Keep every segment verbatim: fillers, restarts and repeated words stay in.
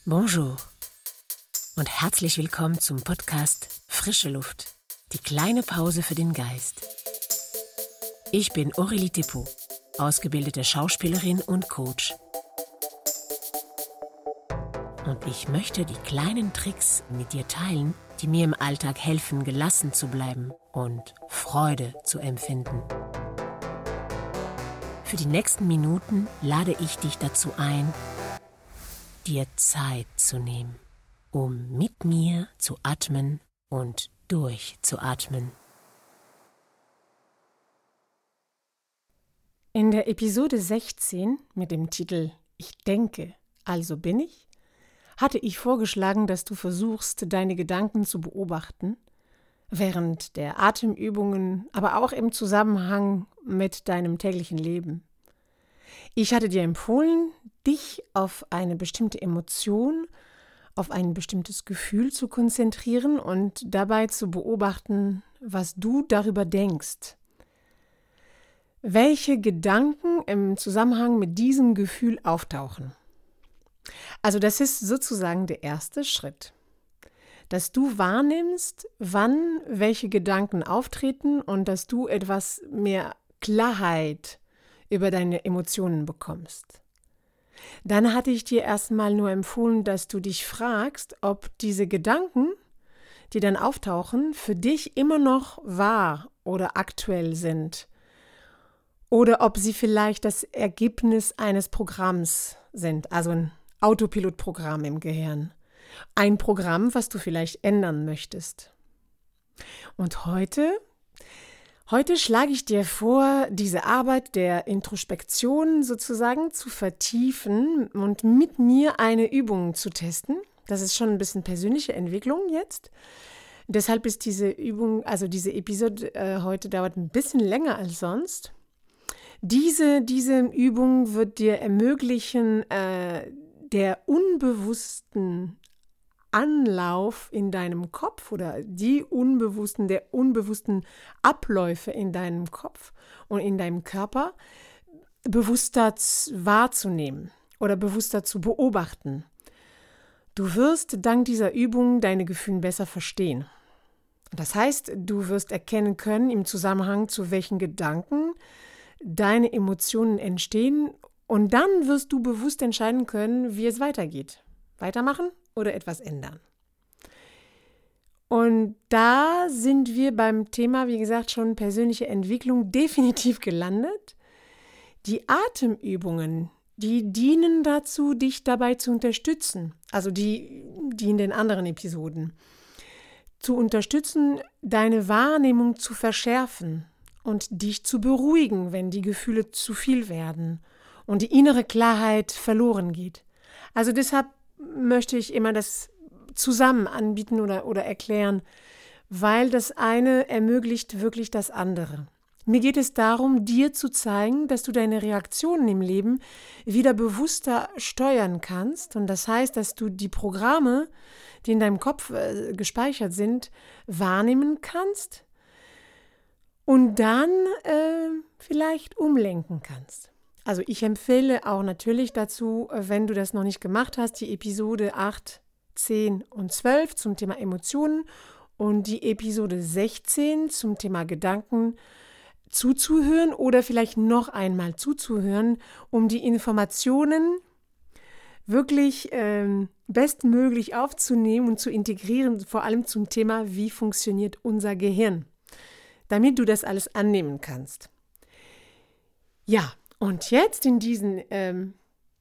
Bonjour und herzlich willkommen zum Podcast Frische Luft, die kleine Pause für den Geist. Ich bin Aurélie Thépot, ausgebildete Schauspielerin und Coach. Und ich möchte die kleinen Tricks mit dir teilen, die mir im Alltag helfen, gelassen zu bleiben und Freude zu empfinden. Für die nächsten Minuten lade ich dich dazu ein, dir Zeit zu nehmen, um mit mir zu atmen und durchzuatmen. In der Episode sechzehn mit dem Titel »Ich denke, also bin ich« hatte ich vorgeschlagen, dass du versuchst, deine Gedanken zu beobachten, während der Atemübungen, aber auch im Zusammenhang mit deinem täglichen Leben. Ich hatte dir empfohlen, dich auf eine bestimmte Emotion, auf ein bestimmtes Gefühl zu konzentrieren und dabei zu beobachten, was du darüber denkst. Welche Gedanken im Zusammenhang mit diesem Gefühl auftauchen. Also das ist sozusagen der erste Schritt, dass du wahrnimmst, wann welche Gedanken auftreten und dass du etwas mehr Klarheit über deine Emotionen bekommst. Dann hatte ich dir erstmal nur empfohlen, dass du dich fragst, ob diese Gedanken, die dann auftauchen, für dich immer noch wahr oder aktuell sind oder ob sie vielleicht das Ergebnis eines Programms sind, also ein Autopilotprogramm im Gehirn. Ein Programm, was du vielleicht ändern möchtest. Und heute, heute schlage ich dir vor, diese Arbeit der Introspektion sozusagen zu vertiefen und mit mir eine Übung zu testen. Das ist schon ein bisschen persönliche Entwicklung jetzt. Deshalb ist diese Übung, also diese Episode äh, heute dauert ein bisschen länger als sonst. Diese, diese Übung wird dir ermöglichen, äh, der unbewussten Anlauf in deinem Kopf oder die unbewussten, der unbewussten Abläufe in deinem Kopf und in deinem Körper bewusster wahrzunehmen oder bewusster zu beobachten. Du wirst dank dieser Übung deine Gefühle besser verstehen. Das heißt, du wirst erkennen können im Zusammenhang zu welchen Gedanken deine Emotionen entstehen. Und dann wirst du bewusst entscheiden können, wie es weitergeht. Weitermachen oder etwas ändern. Und da sind wir beim Thema, wie gesagt, schon persönliche Entwicklung definitiv gelandet. Die Atemübungen, die dienen dazu, dich dabei zu unterstützen. Also die, die in den anderen Episoden. Zu unterstützen, deine Wahrnehmung zu verschärfen und dich zu beruhigen, wenn die Gefühle zu viel werden und die innere Klarheit verloren geht. Also deshalb möchte ich immer das zusammen anbieten oder, oder erklären, weil das eine ermöglicht wirklich das andere. Mir geht es darum, dir zu zeigen, dass du deine Reaktionen im Leben wieder bewusster steuern kannst. Und das heißt, dass du die Programme, die in deinem Kopf äh, gespeichert sind, wahrnehmen kannst und dann äh, vielleicht umlenken kannst. Also ich empfehle auch natürlich dazu, wenn du das noch nicht gemacht hast, die Episode acht, zehn und zwölf zum Thema Emotionen und die Episode sechzehn zum Thema Gedanken zuzuhören oder vielleicht noch einmal zuzuhören, um die Informationen wirklich ähm, bestmöglich aufzunehmen und zu integrieren, vor allem zum Thema, wie funktioniert unser Gehirn, damit du das alles annehmen kannst. Ja, und jetzt in diesen ähm,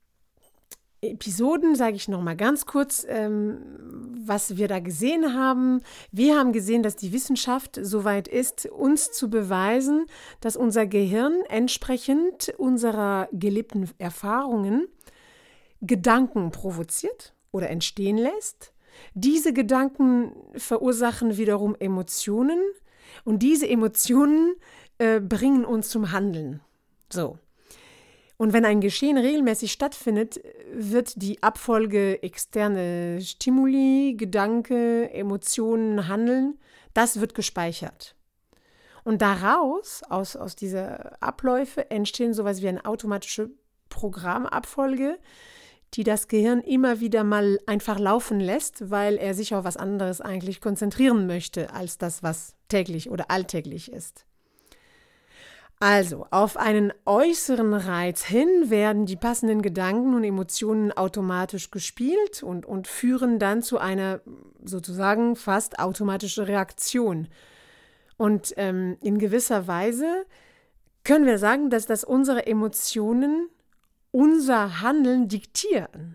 Episoden sage ich noch mal ganz kurz, ähm, was wir da gesehen haben. Wir haben gesehen, dass die Wissenschaft soweit ist, uns zu beweisen, dass unser Gehirn entsprechend unserer gelebten Erfahrungen Gedanken provoziert oder entstehen lässt. Diese Gedanken verursachen wiederum Emotionen und diese Emotionen äh, bringen uns zum Handeln. So. Und wenn ein Geschehen regelmäßig stattfindet, wird die Abfolge externe Stimuli, Gedanke, Emotionen, Handeln, das wird gespeichert. Und daraus, aus, aus dieser Abläufe, entstehen sowas wie eine automatische Programmabfolge, die das Gehirn immer wieder mal einfach laufen lässt, weil er sich auf was anderes eigentlich konzentrieren möchte, als das, was täglich oder alltäglich ist. Also, auf einen äußeren Reiz hin werden die passenden Gedanken und Emotionen automatisch gespielt und, und führen dann zu einer sozusagen fast automatischen Reaktion. Und ähm, in gewisser Weise können wir sagen, dass das unsere Emotionen unser Handeln diktieren.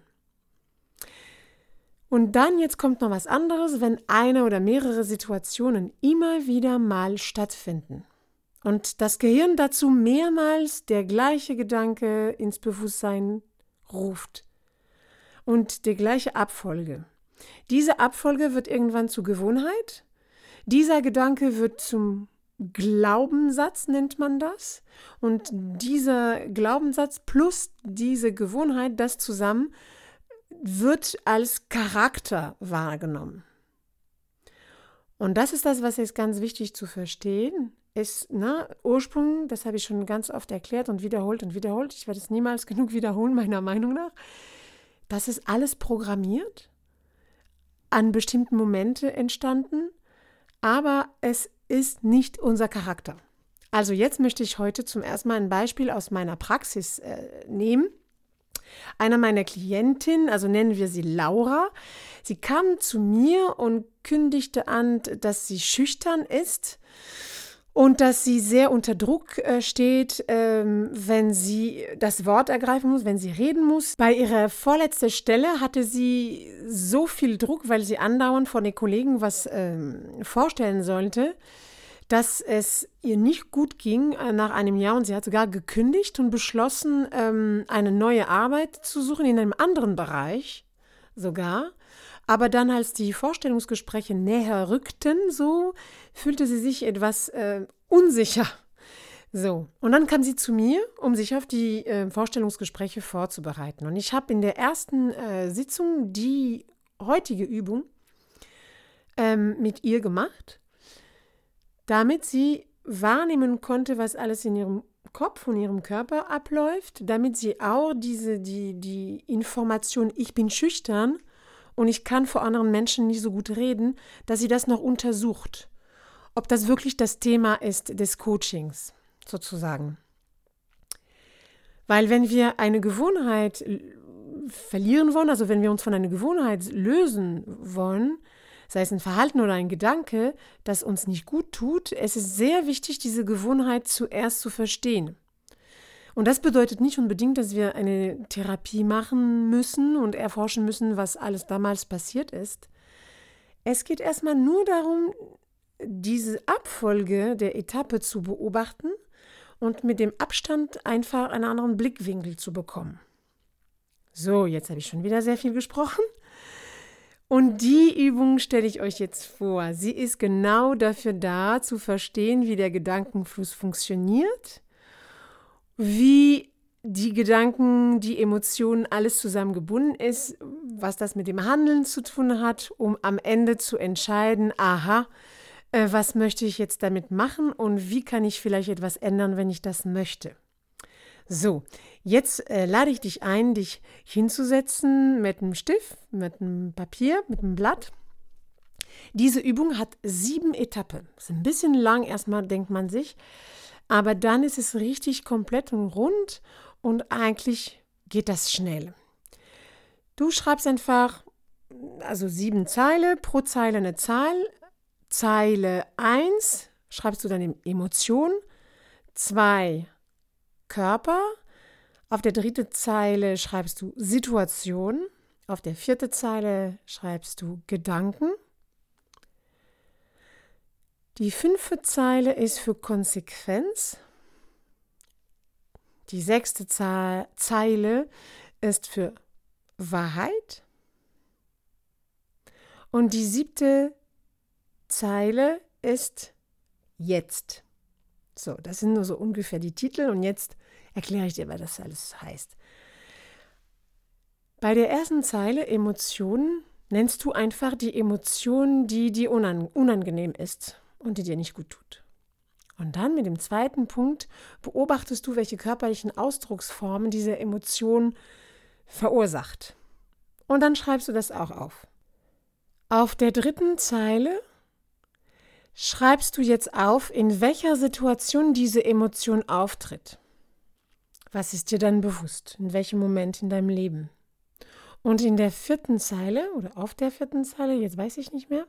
Und dann, jetzt kommt noch was anderes, wenn eine oder mehrere Situationen immer wieder mal stattfinden und das Gehirn dazu mehrmals der gleiche Gedanke ins Bewusstsein ruft und die gleiche Abfolge. Diese Abfolge wird irgendwann zur Gewohnheit. Dieser Gedanke wird zum Glaubenssatz, nennt man das. Und dieser Glaubenssatz plus diese Gewohnheit, das zusammen, wird als Charakter wahrgenommen. Und das ist das, was jetzt ganz wichtig zu verstehen ist. Na, Ursprung, das habe ich schon ganz oft erklärt und wiederholt und wiederholt. Ich werde es niemals genug wiederholen, meiner Meinung nach. Das ist alles programmiert, an bestimmten Momente entstanden, aber es ist nicht unser Charakter. Also jetzt möchte ich heute zum ersten Mal ein Beispiel aus meiner Praxis äh, nehmen. Einer meiner Klientinnen, also nennen wir sie Laura, sie kam zu mir und kündigte an, dass sie schüchtern ist und dass sie sehr unter Druck äh, steht, ähm, wenn sie das Wort ergreifen muss, wenn sie reden muss. Bei ihrer vorletzten Stelle hatte sie so viel Druck, weil sie andauernd von den Kollegen was ähm, vorstellen sollte, dass es ihr nicht gut ging äh, nach einem Jahr und sie hat sogar gekündigt und beschlossen, ähm, eine neue Arbeit zu suchen in einem anderen Bereich sogar. Aber dann, als die Vorstellungsgespräche näher rückten, so fühlte sie sich etwas äh, unsicher. So, und dann kam sie zu mir, um sich auf die äh, Vorstellungsgespräche vorzubereiten. Und ich habe in der ersten äh, Sitzung die heutige Übung ähm, mit ihr gemacht, damit sie wahrnehmen konnte, was alles in ihrem Kopf und ihrem Körper abläuft, damit sie auch diese, die, die Information, ich bin schüchtern und ich kann vor anderen Menschen nicht so gut reden, dass sie das noch untersucht, ob das wirklich das Thema ist des Coachings, sozusagen. Weil wenn wir eine Gewohnheit verlieren wollen, also wenn wir uns von einer Gewohnheit lösen wollen, sei es ein Verhalten oder ein Gedanke, das uns nicht gut tut, es ist sehr wichtig, diese Gewohnheit zuerst zu verstehen. Und das bedeutet nicht unbedingt, dass wir eine Therapie machen müssen und erforschen müssen, was alles damals passiert ist. Es geht erstmal nur darum, diese Abfolge der Etappe zu beobachten und mit dem Abstand einfach einen anderen Blickwinkel zu bekommen. So, jetzt habe ich schon wieder sehr viel gesprochen. Und die Übung stelle ich euch jetzt vor. Sie ist genau dafür da, zu verstehen, wie der Gedankenfluss funktioniert, wie die Gedanken, die Emotionen, alles zusammen gebunden ist, was das mit dem Handeln zu tun hat, um am Ende zu entscheiden, aha, äh, was möchte ich jetzt damit machen und wie kann ich vielleicht etwas ändern, wenn ich das möchte. So, jetzt äh, lade ich dich ein, dich hinzusetzen mit einem Stift, mit einem Papier, mit einem Blatt. Diese Übung hat sieben Etappen. Ist ein bisschen lang, erstmal denkt man sich, aber dann ist es richtig komplett und rund und eigentlich geht das schnell. Du schreibst einfach, also sieben Zeile, pro Zeile eine Zahl. Zeile eins schreibst du dann Emotion, zwei Körper, auf der dritten Zeile schreibst du Situation, auf der vierten Zeile schreibst du Gedanken. Die fünfte Zeile ist für Konsequenz. Die sechste Zeile ist für Wahrheit. Und die siebte Zeile ist jetzt. So, das sind nur so ungefähr die Titel und jetzt erkläre ich dir, was das alles heißt. Bei der ersten Zeile Emotionen nennst du einfach die Emotion, die dir unangenehm ist und die dir nicht gut tut. Und dann mit dem zweiten Punkt beobachtest du, welche körperlichen Ausdrucksformen diese Emotion verursacht. Und dann schreibst du das auch auf. Auf der dritten Zeile schreibst du jetzt auf, in welcher Situation diese Emotion auftritt. Was ist dir dann bewusst? In welchem Moment in deinem Leben? Und in der vierten Zeile oder auf der vierten Zeile, jetzt weiß ich nicht mehr,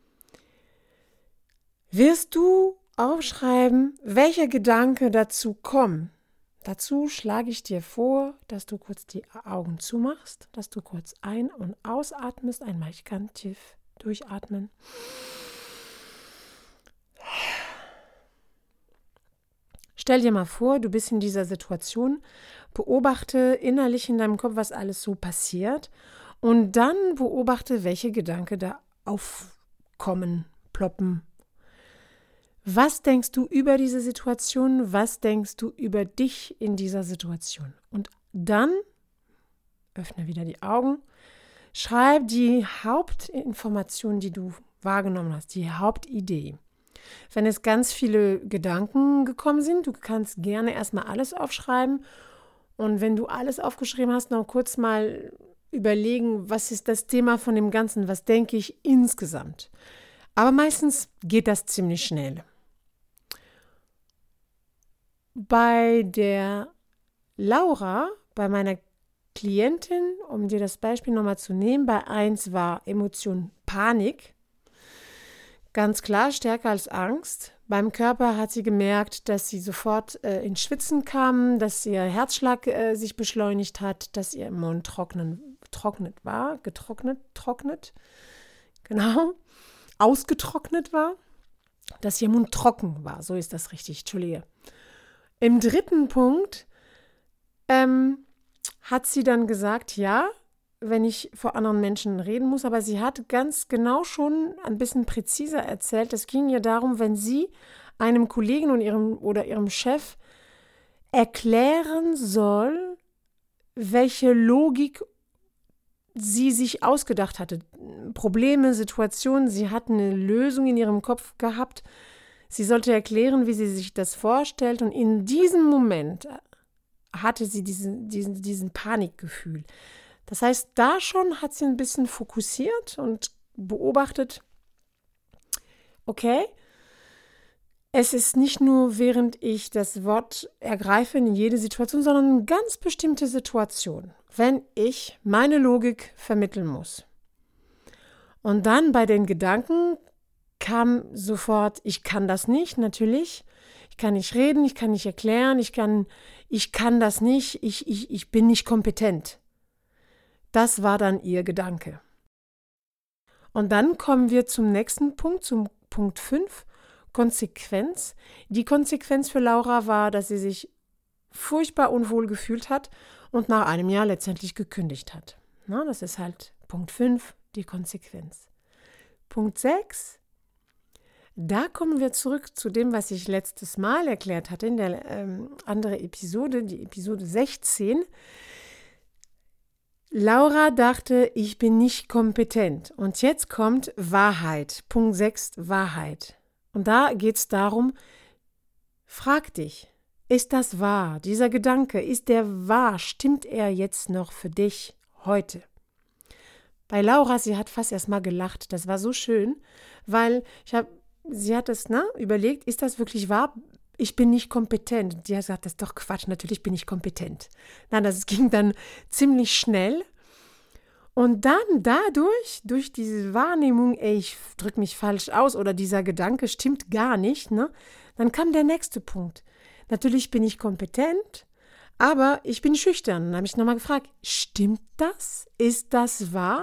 wirst du aufschreiben, welcher Gedanke dazu kommt. Dazu schlage ich dir vor, dass du kurz die Augen zumachst, dass du kurz ein- und ausatmest. Einmal, ich kann tief durchatmen. Stell dir mal vor, du bist in dieser Situation, beobachte innerlich in deinem Kopf, was alles so passiert und dann beobachte, welche Gedanken da aufkommen, ploppen. Was denkst du über diese Situation? Was denkst du über dich in dieser Situation? Und dann öffne wieder die Augen, schreib die Hauptinformation, die du wahrgenommen hast, die Hauptidee. Wenn es ganz viele Gedanken gekommen sind, du kannst gerne erstmal alles aufschreiben und wenn du alles aufgeschrieben hast, noch kurz mal überlegen, was ist das Thema von dem Ganzen, was denke ich insgesamt. Aber meistens geht das ziemlich schnell. Bei der Laura, bei meiner Klientin, um dir das Beispiel nochmal zu nehmen, bei eins war Emotion Panik. Ganz klar, stärker als Angst. Beim Körper hat sie gemerkt, dass sie sofort äh, ins Schwitzen kam, dass ihr Herzschlag äh, sich beschleunigt hat, dass ihr Mund trocknen, trocknet war, getrocknet, trocknet, genau, ausgetrocknet war, dass ihr Mund trocken war, so ist das richtig, Entschuldige. Im dritten Punkt ähm, hat sie dann gesagt, ja, wenn ich vor anderen Menschen reden muss, aber sie hat ganz genau schon ein bisschen präziser erzählt, es ging ihr darum, wenn sie einem Kollegen und ihrem, oder ihrem Chef erklären soll, welche Logik sie sich ausgedacht hatte. Probleme, Situationen, sie hat eine Lösung in ihrem Kopf gehabt. Sie sollte erklären, wie sie sich das vorstellt und in diesem Moment hatte sie diesen, diesen, diesen Panikgefühl. Das heißt, da schon hat sie ein bisschen fokussiert und beobachtet, okay, es ist nicht nur, während ich das Wort ergreife in jede Situation, sondern eine ganz bestimmte Situation, wenn ich meine Logik vermitteln muss. Und dann bei den Gedanken kam sofort, ich kann das nicht, natürlich. Ich kann nicht reden, ich kann nicht erklären, ich kann, ich kann das nicht, ich, ich, ich bin nicht kompetent. Das war dann ihr Gedanke. Und dann kommen wir zum nächsten Punkt, zum Punkt fünf, Konsequenz. Die Konsequenz für Laura war, dass sie sich furchtbar unwohl gefühlt hat und nach einem Jahr letztendlich gekündigt hat. Na, das ist halt Punkt fünf, die Konsequenz. Punkt sechs, da kommen wir zurück zu dem, was ich letztes Mal erklärt hatte in der ähm, anderen Episode, die Episode sechzehn. Laura dachte, ich bin nicht kompetent. Und jetzt kommt Wahrheit. Punkt sechs, Wahrheit. Und da geht es darum, frag dich, ist das wahr? Dieser Gedanke, ist der wahr? Stimmt er jetzt noch für dich heute? Bei Laura, sie hat fast erst mal gelacht. Das war so schön, weil ich habe, sie hat es ne, überlegt, ist das wirklich wahr? Ich bin nicht kompetent. Und die hat gesagt, das ist doch Quatsch, natürlich bin ich kompetent. Nein, das ging dann ziemlich schnell. Und dann dadurch, durch diese Wahrnehmung, ey, ich drücke mich falsch aus oder dieser Gedanke stimmt gar nicht, ne, dann kam der nächste Punkt. Natürlich bin ich kompetent, aber ich bin schüchtern. Dann habe ich nochmal gefragt, stimmt das? Ist das wahr?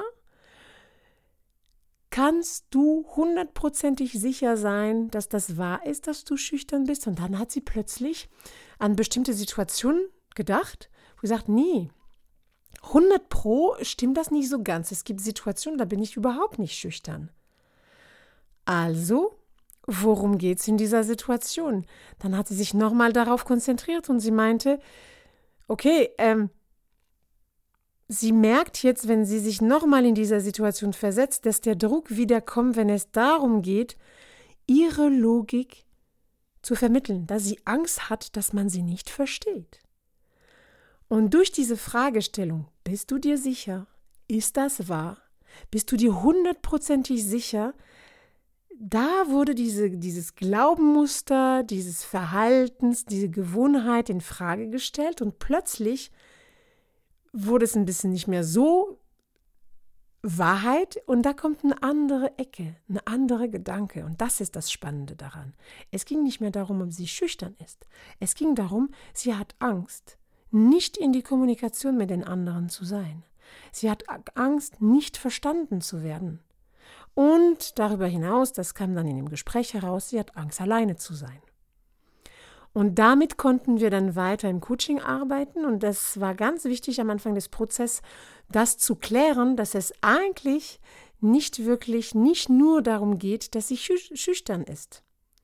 Kannst du hundertprozentig sicher sein, dass das wahr ist, dass du schüchtern bist? Und dann hat sie plötzlich an bestimmte Situationen gedacht, wo sie sagt, nee, hundert Pro stimmt das nicht so ganz. Es gibt Situationen, da bin ich überhaupt nicht schüchtern. Also, worum geht es in dieser Situation? Dann hat sie sich nochmal darauf konzentriert und sie meinte, okay, ähm, sie merkt jetzt, wenn sie sich nochmal in dieser Situation versetzt, dass der Druck wieder kommt, wenn es darum geht, ihre Logik zu vermitteln, dass sie Angst hat, dass man sie nicht versteht. Und durch diese Fragestellung, bist du dir sicher? Ist das wahr? Bist du dir hundertprozentig sicher? Da wurde diese, dieses Glaubenmuster, dieses Verhaltens, diese Gewohnheit in Frage gestellt und plötzlich wurde es ein bisschen nicht mehr so Wahrheit und da kommt eine andere Ecke, eine andere Gedanke und das ist das Spannende daran. Es ging nicht mehr darum, ob sie schüchtern ist. Es ging darum, sie hat Angst, nicht in die Kommunikation mit den anderen zu sein. Sie hat Angst, nicht verstanden zu werden. Und darüber hinaus, das kam dann in dem Gespräch heraus, sie hat Angst, alleine zu sein. Und damit konnten wir dann weiter im Coaching arbeiten und das war ganz wichtig am Anfang des Prozesses, das zu klären, dass es eigentlich nicht wirklich, nicht nur darum geht, dass sie schüchtern ist.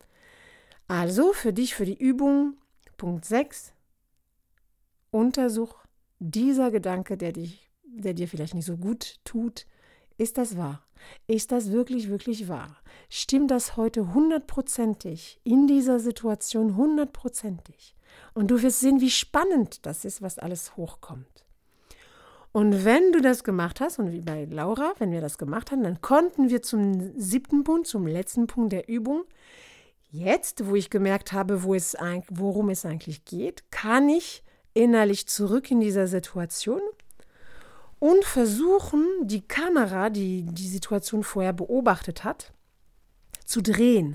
Also für dich, für die Übung, Punkt sechs, untersuch dieser Gedanke, der, dich, der dir vielleicht nicht so gut tut, ist das wahr? Ist das wirklich, wirklich wahr? Stimmt das heute hundertprozentig in dieser Situation hundertprozentig? Und du wirst sehen, wie spannend das ist, was alles hochkommt. Und wenn du das gemacht hast, und wie bei Laura, wenn wir das gemacht haben, dann konnten wir zum siebten Punkt, zum letzten Punkt der Übung, jetzt, wo ich gemerkt habe, wo es, worum es eigentlich geht, kann ich innerlich zurück in dieser Situation und versuchen, die Kamera, die die Situation vorher beobachtet hat, zu drehen.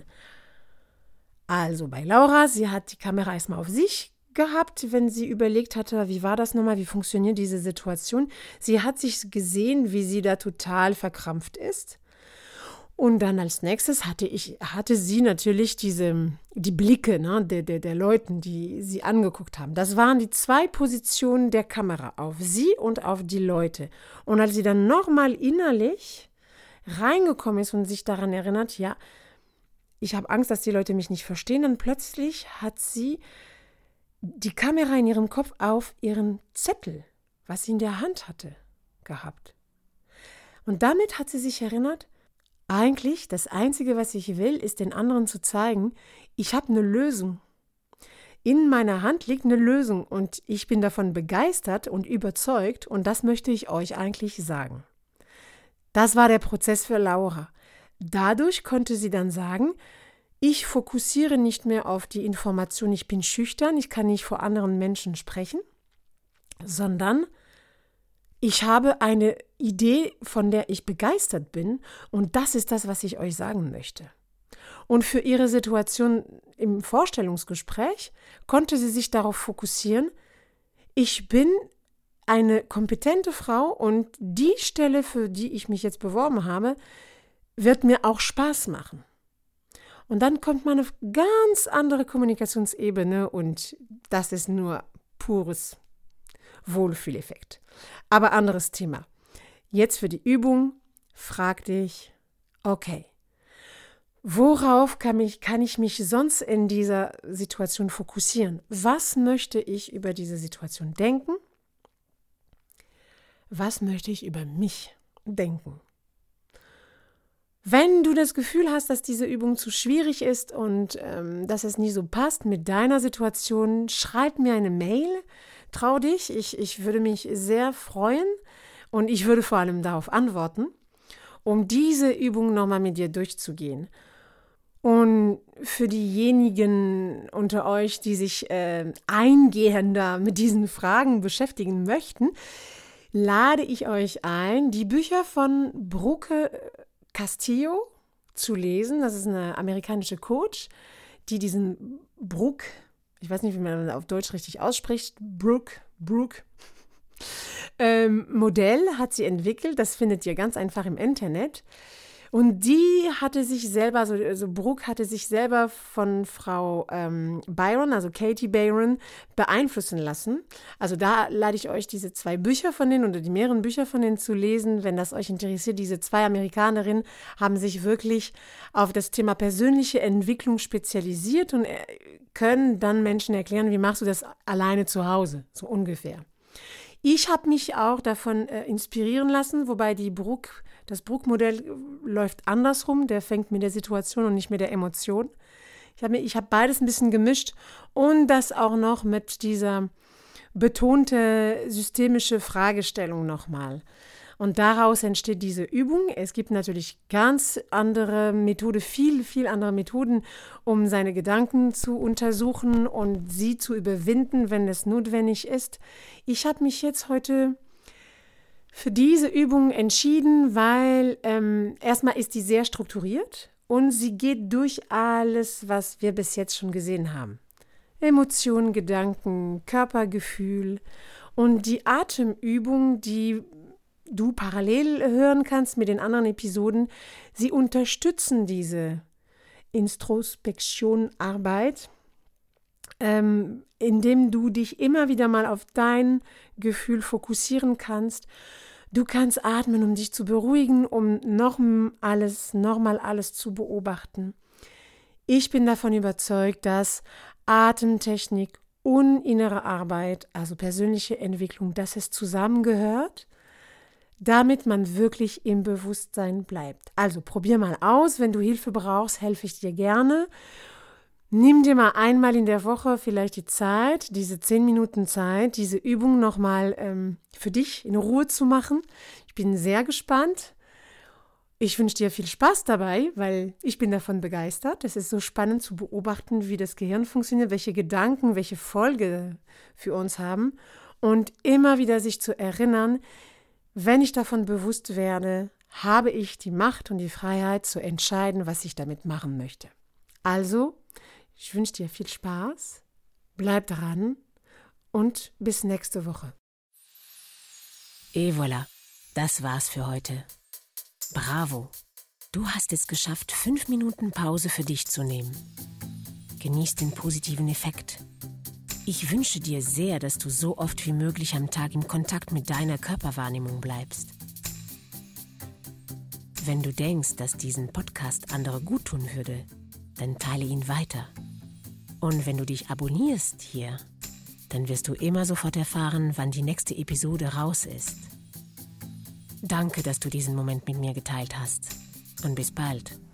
Also bei Laura, sie hat die Kamera erstmal auf sich gehabt, wenn sie überlegt hatte, wie war das nochmal, wie funktioniert diese Situation. Sie hat sich gesehen, wie sie da total verkrampft ist. Und dann als nächstes hatte ich, hatte sie natürlich diese, die Blicke, ne, der, der, der Leuten, die sie angeguckt haben. Das waren die zwei Positionen der Kamera, auf sie und auf die Leute. Und als sie dann nochmal innerlich reingekommen ist und sich daran erinnert, ja, ich habe Angst, dass die Leute mich nicht verstehen, dann plötzlich hat sie die Kamera in ihrem Kopf auf ihren Zettel, was sie in der Hand hatte, gehabt. Und damit hat sie sich erinnert, eigentlich, das Einzige, was ich will, ist den anderen zu zeigen, ich habe eine Lösung. In meiner Hand liegt eine Lösung und ich bin davon begeistert und überzeugt und das möchte ich euch eigentlich sagen. Das war der Prozess für Laura. Dadurch konnte sie dann sagen, ich fokussiere nicht mehr auf die Information, ich bin schüchtern, ich kann nicht vor anderen Menschen sprechen, sondern ich habe eine Idee, von der ich begeistert bin und das ist das, was ich euch sagen möchte. Und für ihre Situation im Vorstellungsgespräch konnte sie sich darauf fokussieren, ich bin eine kompetente Frau und die Stelle, für die ich mich jetzt beworben habe, wird mir auch Spaß machen. Und dann kommt man auf ganz andere Kommunikationsebene und das ist nur pures Wohlfühleffekt. Aber anderes Thema. Jetzt für die Übung, frag dich, okay, worauf kann ich, kann ich mich sonst in dieser Situation fokussieren? Was möchte ich über diese Situation denken? Was möchte ich über mich denken? Wenn du das Gefühl hast, dass diese Übung zu schwierig ist und ähm, dass es nie so passt mit deiner Situation, schreib mir eine Mail. Trau dich, ich, ich würde mich sehr freuen und ich würde vor allem darauf antworten, um diese Übung nochmal mit dir durchzugehen. Und für diejenigen unter euch, die sich äh, eingehender mit diesen Fragen beschäftigen möchten, lade ich euch ein, die Bücher von Brooke Castillo zu lesen. Das ist eine amerikanische Coach, die diesen Brooke, ich weiß nicht, wie man das auf Deutsch richtig ausspricht, Brooke, Brooke, ähm, Modell hat sie entwickelt. Das findet ihr ganz einfach im Internet. Und die hatte sich selber, also, also Brooke hatte sich selber von Frau ähm, Byron, also Katie Byron, beeinflussen lassen. Also da lade ich euch diese zwei Bücher von denen oder die mehreren Bücher von denen zu lesen, wenn das euch interessiert. Diese zwei Amerikanerinnen haben sich wirklich auf das Thema persönliche Entwicklung spezialisiert und können dann Menschen erklären, wie machst du das alleine zu Hause, so ungefähr. Ich habe mich auch davon äh, inspirieren lassen, wobei die Brooke, das Brooke-Modell läuft andersrum. Der fängt mit der Situation und nicht mit der Emotion. Ich habe ich hab beides ein bisschen gemischt und das auch noch mit dieser betonte systemische Fragestellung nochmal. Und daraus entsteht diese Übung. Es gibt natürlich ganz andere Methoden, viel, viel andere Methoden, um seine Gedanken zu untersuchen und sie zu überwinden, wenn es notwendig ist. Ich habe mich jetzt heute für diese Übung entschieden, weil ähm, erstmal ist die sehr strukturiert und sie geht durch alles, was wir bis jetzt schon gesehen haben. Emotionen, Gedanken, Körpergefühl und die Atemübung, die du parallel hören kannst mit den anderen Episoden, sie unterstützen diese Introspektion-Arbeit, ähm, indem du dich immer wieder mal auf dein Gefühl fokussieren kannst. Du kannst atmen, um dich zu beruhigen, um noch alles, nochmal alles zu beobachten. Ich bin davon überzeugt, dass Atemtechnik und innere Arbeit, also persönliche Entwicklung, dass es zusammengehört, damit man wirklich im Bewusstsein bleibt. Also probier mal aus, wenn du Hilfe brauchst, helfe ich dir gerne. Nimm dir mal einmal in der Woche vielleicht die Zeit, diese zehn Minuten Zeit, diese Übung nochmal ähm, für dich in Ruhe zu machen. Ich bin sehr gespannt. Ich wünsche dir viel Spaß dabei, weil ich bin davon begeistert. Es ist so spannend zu beobachten, wie das Gehirn funktioniert, welche Gedanken, welche Folge für uns haben und immer wieder sich zu erinnern, wenn ich davon bewusst werde, habe ich die Macht und die Freiheit zu entscheiden, was ich damit machen möchte. Also, ich wünsche dir viel Spaß, bleib dran und bis nächste Woche. Et voilà, das war's für heute. Bravo, du hast es geschafft, fünf Minuten Pause für dich zu nehmen. Genieß den positiven Effekt. Ich wünsche dir sehr, dass du so oft wie möglich am Tag im Kontakt mit deiner Körperwahrnehmung bleibst. Wenn du denkst, dass diesen Podcast andere gut tun würde, dann teile ihn weiter. Und wenn du dich abonnierst hier, dann wirst du immer sofort erfahren, wann die nächste Episode raus ist. Danke, dass du diesen Moment mit mir geteilt hast. Und bis bald.